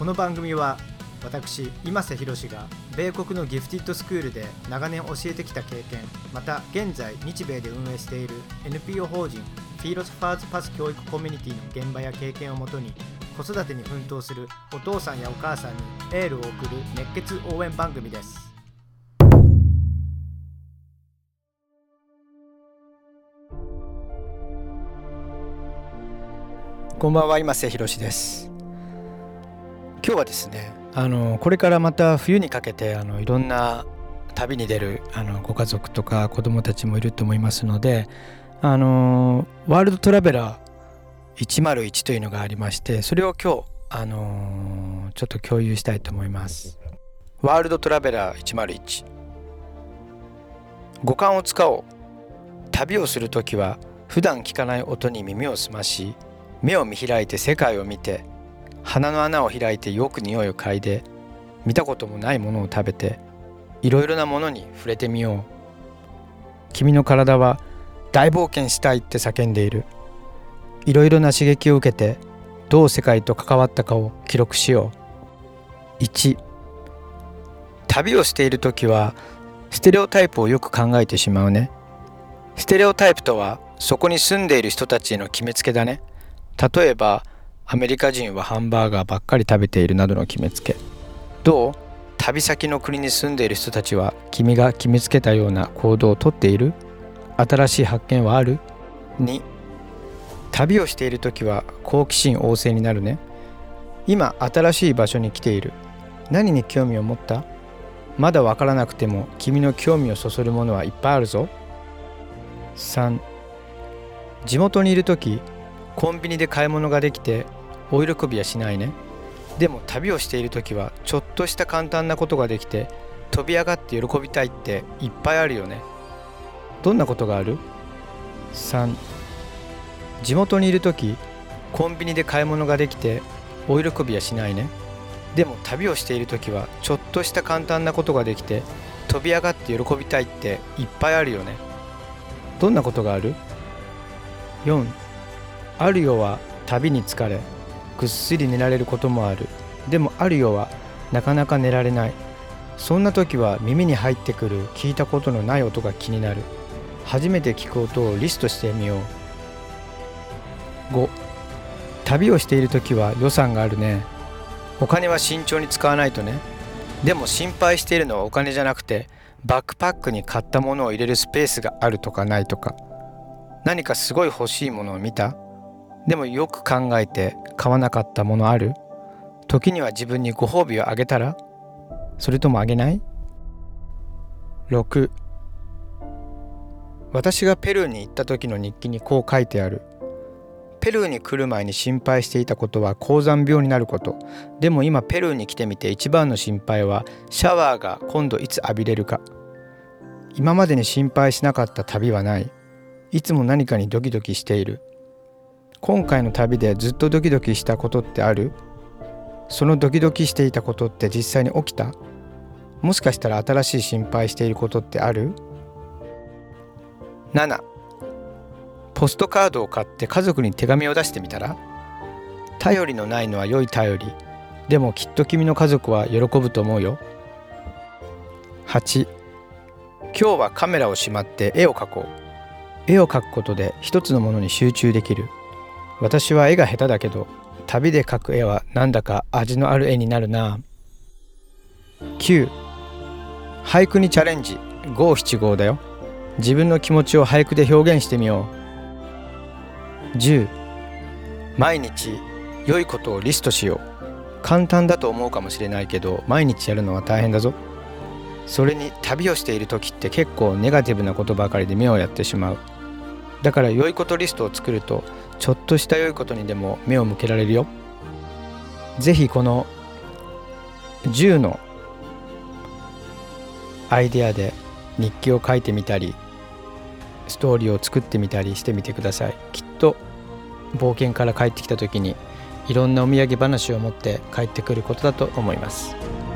この番組は私今瀬宏が米国のギフティッドスクールで長年教えてきた経験、また現在日米で運営している NPO 法人フィーロスファーズパス教育コミュニティの現場や経験をもとに子育てに奮闘するお父さんやお母さんにエールを送る熱血応援番組です。こんばんは、今瀬宏です。今日はですね、これからまた冬にかけていろんな旅に出るご家族とか子どもたちもいると思いますので、ワールドトラベラー101というのがありまして、それを今日ちょっと共有したいと思います。ワールドトラベラー101、五感を使おう。旅をするときは普段聞かない音に耳を澄まし、目を見開いて世界を見て、鼻の穴を開いてよく匂いを嗅いで、見たこともないものを食べて、いろいろなものに触れてみよう。君の体は大冒険したいって叫んでいる。いろいろな刺激を受けて、どう世界と関わったかを記録しよう。1、旅をしているときはステレオタイプをよく考えてしまうね。ステレオタイプとはそこに住んでいる人たちへの決めつけだね。例えばアメリカ人はハンバーガーばっかり食べているなどの決めつけ。どう？旅先の国に住んでいる人たちは君が決めつけたような行動をとっている？新しい発見はある？ 2、旅をしているときは好奇心旺盛になるね。今新しい場所に来ている。何に興味を持った？まだわからなくても君の興味をそそるものはいっぱいあるぞ。3、地元にいるときコンビニで買い物ができてお喜びはしないね。でも旅をしているときはちょっとした簡単なことができて飛び上がって喜びたいっていっぱいあるよね。どんなことがある？ 3、地元にいるときコンビニで買い物ができてお喜びはしないね。でも旅をしているときはちょっとした簡単なことができて飛び上がって喜びたいっていっぱいあるよね。どんなことがある？ 4、あるよは旅に疲れぐっすり寝られることもある。でもあるよはなかなか寝られない。そんな時は耳に入ってくる聞いたことのない音が気になる。初めて聞く音をリストしてみよう。5、旅をしている時は予算があるね。お金は慎重に使わないとね。でも心配しているのはお金じゃなくて、バックパックに買ったものを入れるスペースがあるとかないとか。何かすごい欲しいものを見た？でもよく考えて買わなかったものある？時には自分にご褒美をあげたら？それともあげない？ 6、私がペルーに行った時の日記にこう書いてある。ペルーに来る前に心配していたことは高山病になること。でも今ペルーに来てみて一番の心配はシャワーが今度いつ浴びれるか。今までに心配しなかった旅はない。いつも何かにドキドキしている。今回の旅でずっとドキドキしたことってある？そのドキドキしていたことって実際に起きた？もしかしたら新しい心配していることってある？ 7、ポストカードを買って家族に手紙を出してみたら？頼りのないのは良い頼り。でもきっと君の家族は喜ぶと思うよ。8、今日はカメラをしまって絵を描こう。絵を描くことで一つのものに集中できる。私は絵が下手だけど、旅で描く絵はなんだか味のある絵になるな。9、俳句にチャレンジ。五七五だよ。自分の気持ちを俳句で表現してみよう。10、毎日良いことをリストしよう。簡単だと思うかもしれないけど、毎日やるのは大変だぞ。それに旅をしている時って結構ネガティブなことばかりで目をやってしまう。だから良いことリストを作ると、ちょっとした良いことにでも目を向けられるよ。ぜひこの10のアイデアで日記を書いてみたり、ストーリーを作ってみたりしてみてください。きっと冒険から帰ってきた時にいろんなお土産話を持って帰ってくることだと思います。